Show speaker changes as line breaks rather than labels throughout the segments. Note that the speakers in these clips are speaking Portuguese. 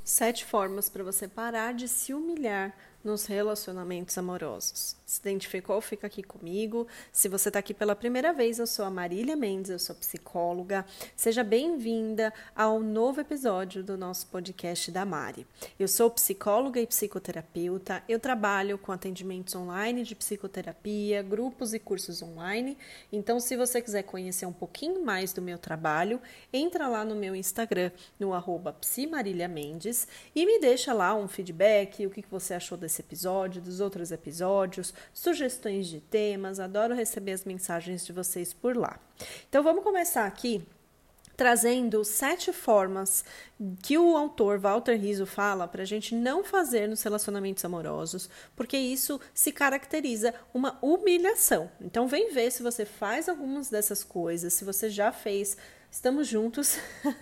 7 formas para você parar de se humilhar nos relacionamentos amorosos. Se identificou? Fica aqui comigo. Se você está aqui pela primeira vez, eu sou a Marília Mendes, eu sou psicóloga. Seja bem-vinda ao novo episódio do nosso podcast da Mari. Eu sou psicóloga e psicoterapeuta. Eu trabalho com atendimentos online de psicoterapia, grupos e cursos online. Então, se você quiser conhecer um pouquinho mais do meu trabalho, entra lá no meu Instagram, no @psimarilhamendes, e me deixa lá um feedback, o que você achou desse episódio, dos outros episódios, sugestões de temas. Adoro receber as mensagens de vocês por lá. Então, vamos começar aqui trazendo 7 formas que o autor Walter Rizzo fala para a gente não fazer nos relacionamentos amorosos, porque isso se caracteriza uma humilhação. Então, vem ver se você faz algumas dessas coisas, se você já fez. Estamos juntos,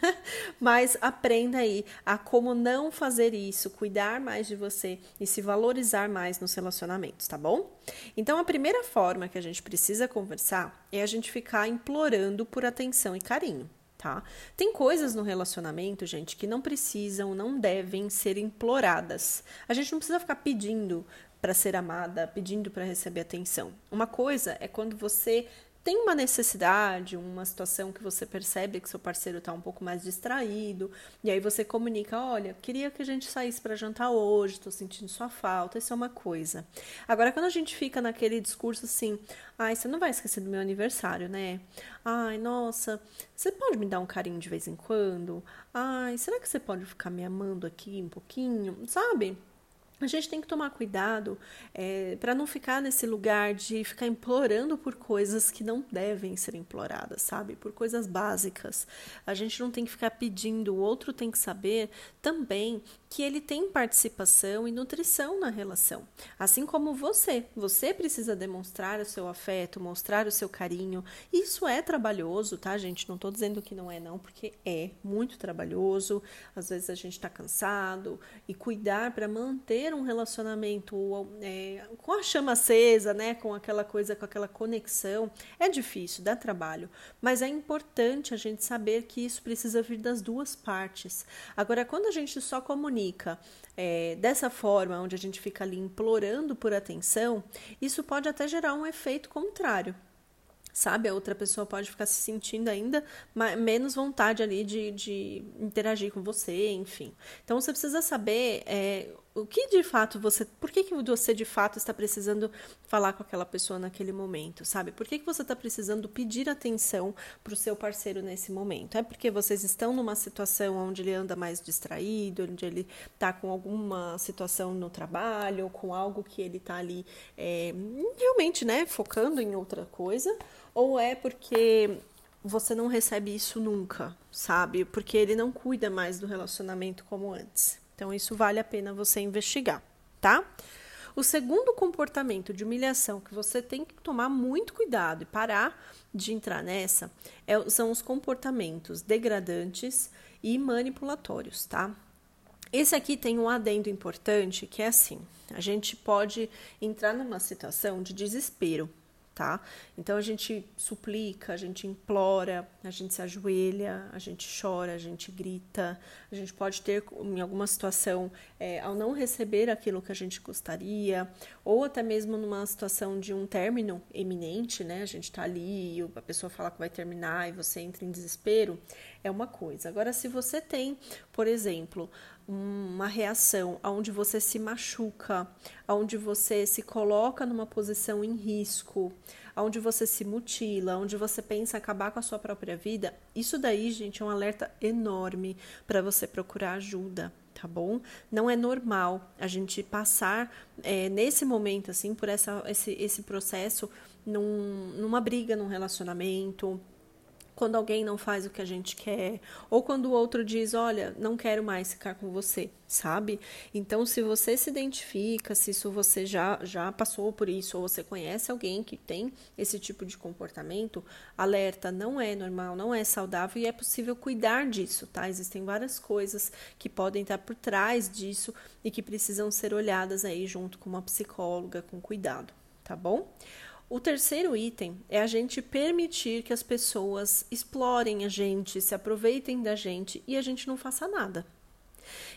mas aprenda aí a como não fazer isso, cuidar mais de você e se valorizar mais nos relacionamentos, tá bom? Então, a primeira forma que a gente precisa conversar é a gente ficar implorando por atenção e carinho. Tá? Tem coisas no relacionamento, gente, que não precisam, não devem ser imploradas. A gente não precisa ficar pedindo para ser amada, pedindo para receber atenção. Uma coisa é quando você tem uma necessidade, uma situação que você percebe que seu parceiro está um pouco mais distraído, e aí você comunica, olha, queria que a gente saísse para jantar hoje, estou sentindo sua falta, isso é uma coisa. Agora, quando a gente fica naquele discurso assim, ai, você não vai esquecer do meu aniversário, né? Ai, nossa, você pode me dar um carinho de vez em quando? Ai, será que você pode ficar me amando aqui um pouquinho? Sabe? A gente tem que tomar cuidado para não ficar nesse lugar de ficar implorando por coisas que não devem ser imploradas, sabe? Por coisas básicas. A gente não tem que ficar pedindo, o outro tem que saber também que ele tem participação e nutrição na relação. Assim como você precisa demonstrar o seu afeto, mostrar o seu carinho. Isso é trabalhoso, tá, gente? Não estou dizendo que não é não, porque é muito trabalhoso. Às vezes a gente está cansado e cuidar para manter um relacionamento com a chama acesa, né? Com aquela coisa, com aquela conexão. É difícil, dá trabalho. Mas é importante a gente saber que isso precisa vir das duas partes. Agora, quando a gente só comunica dessa forma, onde a gente fica ali implorando por atenção, isso pode até gerar um efeito contrário. Sabe, a outra pessoa pode ficar se sentindo ainda menos vontade ali de interagir com você, enfim. Então, você precisa saber o que de fato por que você de fato está precisando falar com aquela pessoa naquele momento, sabe? Por que você está precisando pedir atenção para o seu parceiro nesse momento? É porque vocês estão numa situação onde ele anda mais distraído, onde ele está com alguma situação no trabalho, ou com algo que ele está ali realmente, né, focando em outra coisa? Ou é porque você não recebe isso nunca, sabe? Porque ele não cuida mais do relacionamento como antes. Então, isso vale a pena você investigar, tá? O segundo comportamento de humilhação que você tem que tomar muito cuidado e parar de entrar nessa são os comportamentos degradantes e manipulatórios, tá? Esse aqui tem um adendo importante que é assim, a gente pode entrar numa situação de desespero, tá? Então, a gente suplica, a gente implora, a gente se ajoelha, a gente chora, a gente grita, a gente pode ter, em alguma situação, ao não receber aquilo que a gente gostaria, ou até mesmo numa situação de um término iminente, né? A gente tá ali, a pessoa fala que vai terminar e você entra em desespero, é uma coisa. Agora, se você tem, por exemplo, uma reação onde você se machuca, onde você se coloca numa posição em risco, onde você se mutila, onde você pensa em acabar com a sua própria vida, isso daí, gente, é um alerta enorme para você procurar ajuda, tá bom? Não é normal a gente passar nesse momento, assim, por esse processo numa briga, num relacionamento, quando alguém não faz o que a gente quer, ou quando o outro diz, olha, não quero mais ficar com você, sabe? Então, se você se identifica, se isso você já passou por isso, ou você conhece alguém que tem esse tipo de comportamento, alerta, não é normal, não é saudável e é possível cuidar disso, tá? Existem várias coisas que podem estar por trás disso e que precisam ser olhadas aí junto com uma psicóloga, com cuidado, tá bom? O terceiro item é a gente permitir que as pessoas explorem a gente, se aproveitem da gente e a gente não faça nada.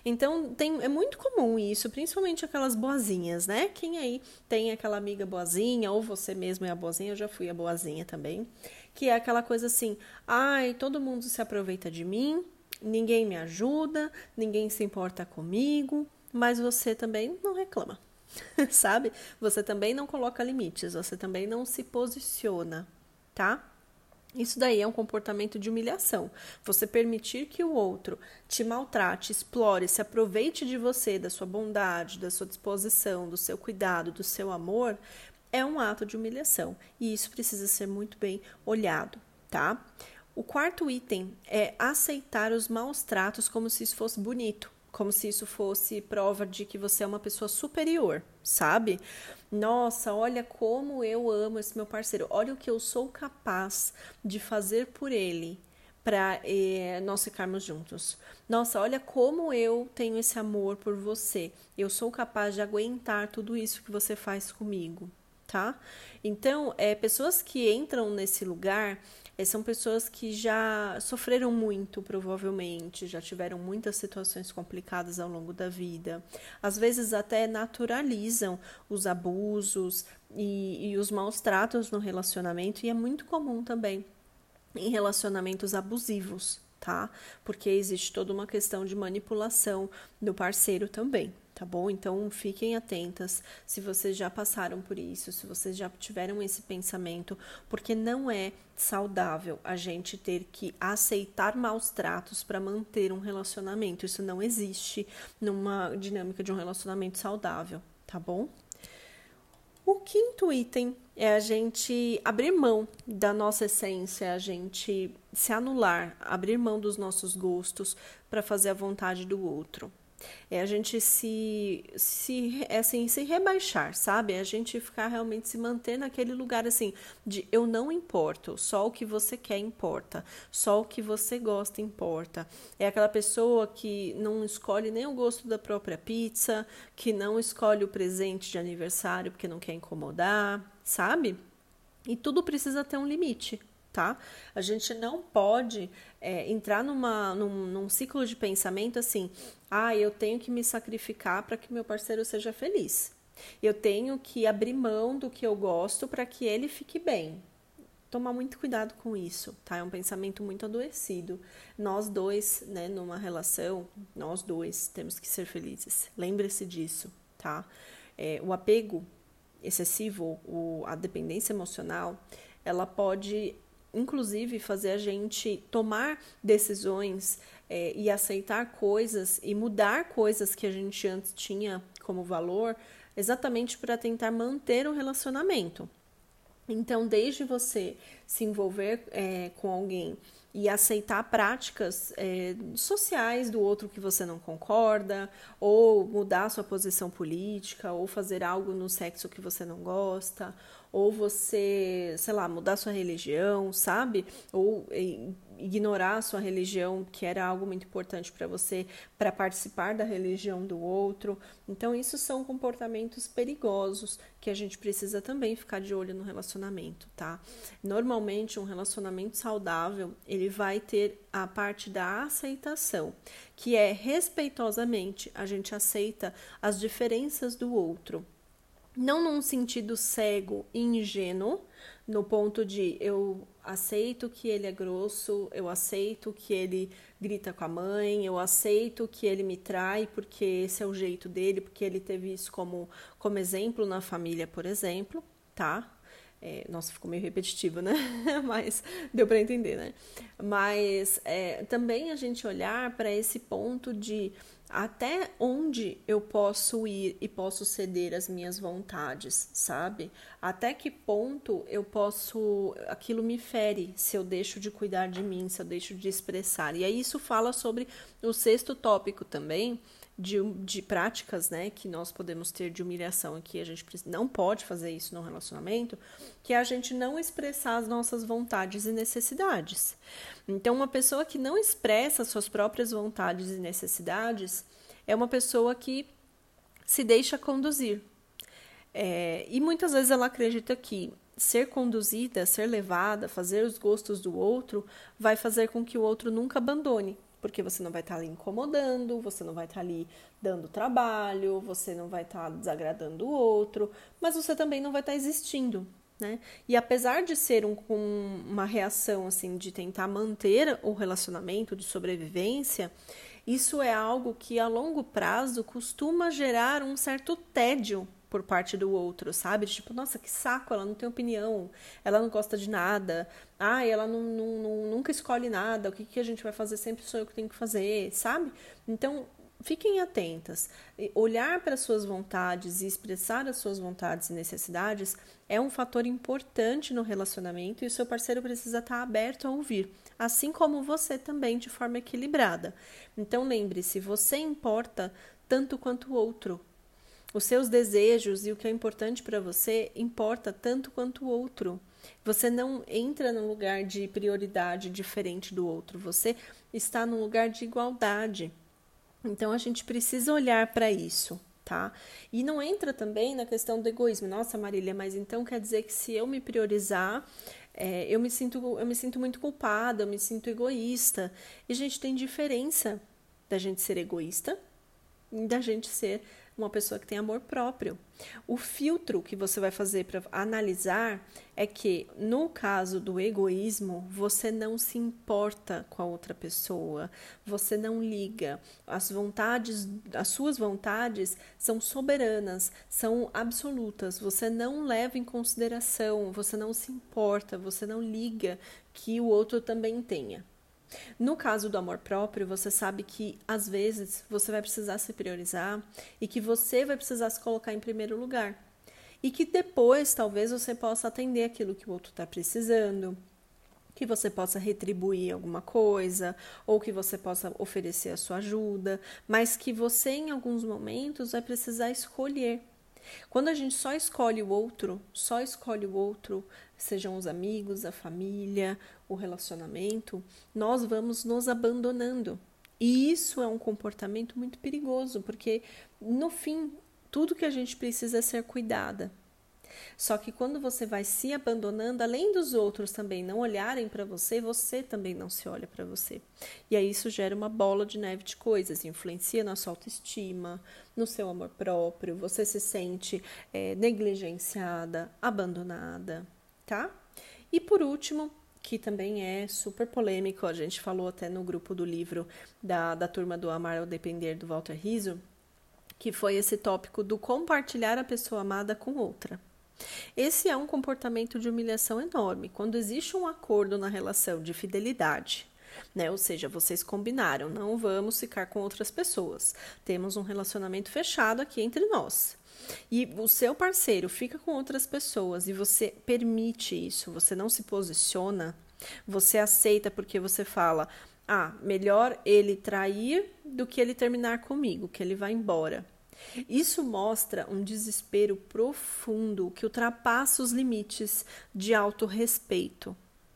Então, é muito comum isso, principalmente aquelas boazinhas, né? Quem aí tem aquela amiga boazinha, ou você mesmo é a boazinha, eu já fui a boazinha também, que é aquela coisa assim, ai, todo mundo se aproveita de mim, ninguém me ajuda, ninguém se importa comigo, mas você também não reclama, sabe? Você também não coloca limites, você também não se posiciona, tá? Isso daí é um comportamento de humilhação. Você permitir que o outro te maltrate, explore, se aproveite de você, da sua bondade, da sua disposição, do seu cuidado, do seu amor, é um ato de humilhação. E isso precisa ser muito bem olhado, tá? O quarto item é aceitar os maus tratos como se isso fosse bonito, como se isso fosse prova de que você é uma pessoa superior, sabe? Nossa, olha como eu amo esse meu parceiro, olha o que eu sou capaz de fazer por ele para nós ficarmos juntos. Nossa, olha como eu tenho esse amor por você, eu sou capaz de aguentar tudo isso que você faz comigo, tá? Então, pessoas que entram nesse lugar são pessoas que já sofreram muito, provavelmente, já tiveram muitas situações complicadas ao longo da vida. Às vezes até naturalizam os abusos e os maus tratos no relacionamento, e é muito comum também em relacionamentos abusivos, tá? Porque existe toda uma questão de manipulação do parceiro também, tá bom? Então fiquem atentas se vocês já passaram por isso, se vocês já tiveram esse pensamento, porque não é saudável a gente ter que aceitar maus tratos para manter um relacionamento. Isso não existe numa dinâmica de um relacionamento saudável, tá bom? O quinto item é a gente abrir mão da nossa essência, a gente se anular, abrir mão dos nossos gostos para fazer a vontade do outro. É a gente se rebaixar, sabe? É a gente ficar realmente se manter naquele lugar assim de eu não importo, só o que você quer importa, só o que você gosta importa. É aquela pessoa que não escolhe nem o gosto da própria pizza, que não escolhe o presente de aniversário porque não quer incomodar, sabe? E tudo precisa ter um limite, tá? A gente não pode entrar num ciclo de pensamento assim, eu tenho que me sacrificar para que meu parceiro seja feliz. Eu tenho que abrir mão do que eu gosto para que ele fique bem. Tomar muito cuidado com isso, tá? É um pensamento muito adoecido. Nós dois, né, numa relação, nós dois temos que ser felizes. Lembre-se disso, tá? O apego excessivo, a dependência emocional, ela pode inclusive fazer a gente tomar decisões e aceitar coisas e mudar coisas que a gente antes tinha como valor, exatamente para tentar manter o relacionamento. Então, desde você se envolver com alguém e aceitar práticas sociais do outro que você não concorda, ou mudar sua posição política, ou fazer algo no sexo que você não gosta, ou você, sei lá, mudar sua religião, sabe? Ou ignorar a sua religião, que era algo muito importante para você, para participar da religião do outro. Então, isso são comportamentos perigosos que a gente precisa também ficar de olho no relacionamento, tá? Normalmente, um relacionamento saudável, ele vai ter a parte da aceitação, que é respeitosamente a gente aceita as diferenças do outro. Não num sentido cego e ingênuo, no ponto de eu aceito que ele é grosso, eu aceito que ele grita com a mãe, eu aceito que ele me trai porque esse é o jeito dele, porque ele teve isso como exemplo na família, por exemplo, tá? Nossa, ficou meio repetitivo, né? Mas deu para entender, né? Mas também a gente olhar para esse ponto de até onde eu posso ir e posso ceder as minhas vontades, sabe? Até que ponto aquilo me fere se eu deixo de cuidar de mim, se eu deixo de expressar. E aí isso fala sobre o sexto tópico também, de práticas, né, que nós podemos ter de humilhação e que a gente não pode fazer isso no relacionamento, que é a gente não expressar as nossas vontades e necessidades. Então, uma pessoa que não expressa suas próprias vontades e necessidades é uma pessoa que se deixa conduzir. E muitas vezes ela acredita que ser conduzida, ser levada, fazer os gostos do outro, vai fazer com que o outro nunca abandone. porque você não vai estar ali incomodando, você não vai estar ali dando trabalho, você não vai estar desagradando o outro, mas você também não vai estar existindo, né? E apesar de ser uma reação assim de tentar manter o relacionamento de sobrevivência, isso é algo que a longo prazo costuma gerar um certo tédio por parte do outro, sabe? Tipo, nossa, que saco, ela não tem opinião, ela não gosta de nada, ela nunca escolhe nada, o que a gente vai fazer sempre sou eu que tenho que fazer, sabe? Então, fiquem atentas. Olhar para as suas vontades e expressar as suas vontades e necessidades é um fator importante no relacionamento e o seu parceiro precisa estar aberto a ouvir, assim como você também, de forma equilibrada. Então, lembre-se, você importa tanto quanto o outro. Os seus desejos e o que é importante para você importa tanto quanto o outro. Você não entra num lugar de prioridade diferente do outro, você está num lugar de igualdade. Então, a gente precisa olhar para isso, tá? E não entra também na questão do egoísmo. Nossa, Marília, mas então quer dizer que se eu me priorizar, eu me sinto muito culpada, eu me sinto egoísta. E, gente, tem diferença da gente ser egoísta e da gente ser uma pessoa que tem amor próprio. O filtro que você vai fazer para analisar é que, no caso do egoísmo, você não se importa com a outra pessoa, você não liga. As suas vontades são soberanas, são absolutas, você não leva em consideração, você não se importa, você não liga que o outro também tenha. No caso do amor próprio, você sabe que às vezes você vai precisar se priorizar e que você vai precisar se colocar em primeiro lugar. E que depois talvez você possa atender aquilo que o outro está precisando, que você possa retribuir alguma coisa, ou que você possa oferecer a sua ajuda, mas que você em alguns momentos vai precisar escolher. Quando a gente só escolhe o outro, sejam os amigos, a família, o relacionamento, nós vamos nos abandonando. E isso é um comportamento muito perigoso, porque no fim, tudo que a gente precisa é ser cuidada. Só que quando você vai se abandonando, além dos outros também não olharem para você, você também não se olha para você. E aí isso gera uma bola de neve de coisas, influencia na sua autoestima, no seu amor próprio, você se sente negligenciada, abandonada, tá? E por último, que também é super polêmico, a gente falou até no grupo do livro da turma do Amar ao Depender, do Walter Rizzo, que foi esse tópico do compartilhar a pessoa amada com outra. Esse é um comportamento de humilhação enorme. Quando existe um acordo na relação de fidelidade, né? Ou seja, vocês combinaram, não vamos ficar com outras pessoas. Temos um relacionamento fechado aqui entre nós. E o seu parceiro fica com outras pessoas e você permite isso, você não se posiciona, você aceita porque você fala, melhor ele trair do que ele terminar comigo, que ele vai embora. Isso mostra um desespero profundo que ultrapassa os limites de autorrespeito.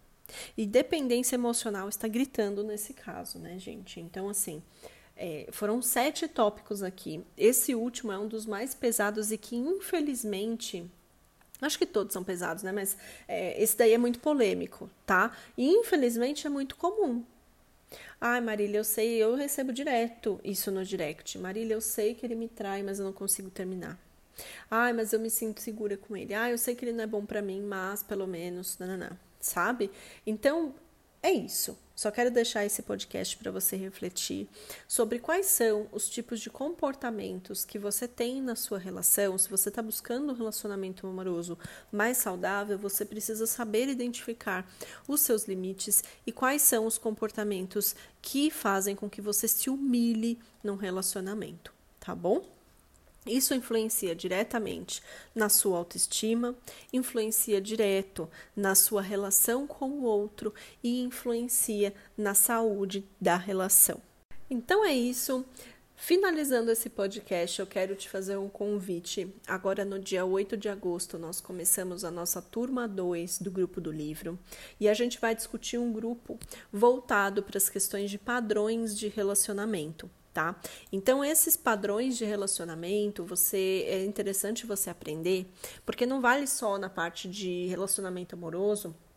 E dependência emocional está gritando nesse caso, né, gente? Então, assim, foram 7 tópicos aqui. Esse último é um dos mais pesados e que, infelizmente, acho que todos são pesados, né? Mas esse daí é muito polêmico, tá? E, infelizmente, é muito comum. Marília, eu sei, eu recebo direto isso no direct. Marília, eu sei que ele me trai, mas eu não consigo terminar. Mas eu me sinto segura com ele. Eu sei que ele não é bom pra mim, mas pelo menos, sabe? Então, é isso. Só quero deixar esse podcast para você refletir sobre quais são os tipos de comportamentos que você tem na sua relação. Se você está buscando um relacionamento amoroso mais saudável, você precisa saber identificar os seus limites e quais são os comportamentos que fazem com que você se humilhe num relacionamento, tá bom? Isso influencia diretamente na sua autoestima, influencia direto na sua relação com o outro e influencia na saúde da relação. Então é isso. Finalizando esse podcast, eu quero te fazer um convite. Agora, no dia 8 de agosto, nós começamos a nossa turma 2 do grupo do livro e a gente vai discutir um grupo voltado para as questões de padrões de relacionamento. Tá? Então, esses padrões de relacionamento, é interessante você aprender, porque não vale só na parte de relacionamento amoroso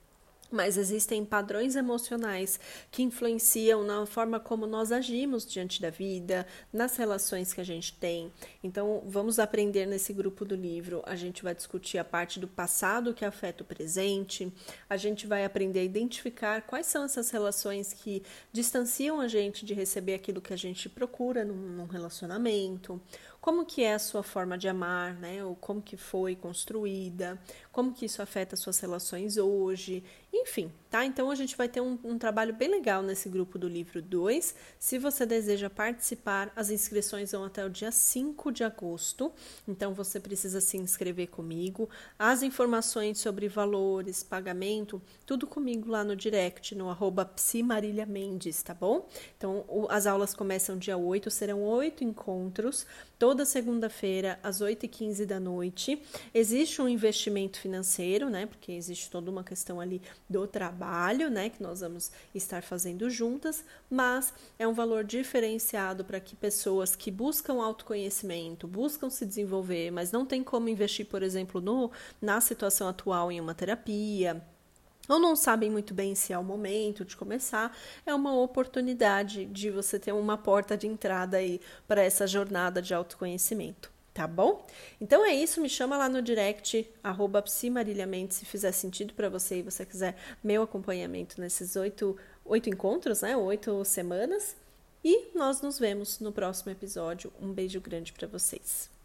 Mas existem padrões emocionais que influenciam na forma como nós agimos diante da vida, nas relações que a gente tem. Então, vamos aprender nesse grupo do livro. A gente vai discutir a parte do passado que afeta o presente. A gente vai aprender a identificar quais são essas relações que distanciam a gente de receber aquilo que a gente procura num relacionamento. Como que é a sua forma de amar, né? Ou como que foi construída, como que isso afeta as suas relações hoje, enfim, tá? Então a gente vai ter um trabalho bem legal nesse grupo do livro 2. Se você deseja participar, as inscrições vão até o dia 5 de agosto, então você precisa se inscrever comigo. As informações sobre valores, pagamento, tudo comigo lá no direct, no @psimarilhamendes, tá bom? Então as aulas começam dia 8, serão 8 encontros, toda segunda-feira, às 8h15 da noite. Existe um investimento financeiro, né? Porque existe toda uma questão ali do trabalho, né? Que nós vamos estar fazendo juntas, mas é um valor diferenciado para que pessoas que buscam autoconhecimento, buscam se desenvolver, mas não tem como investir, por exemplo, na situação atual em uma terapia, ou não sabem muito bem se é o momento de começar, é uma oportunidade de você ter uma porta de entrada aí para essa jornada de autoconhecimento, tá bom? Então é isso, me chama lá no direct, @psimarilhamendes, se fizer sentido para você e você quiser meu acompanhamento nesses 8 encontros, né? 8 semanas. E nós nos vemos no próximo episódio. Um beijo grande para vocês.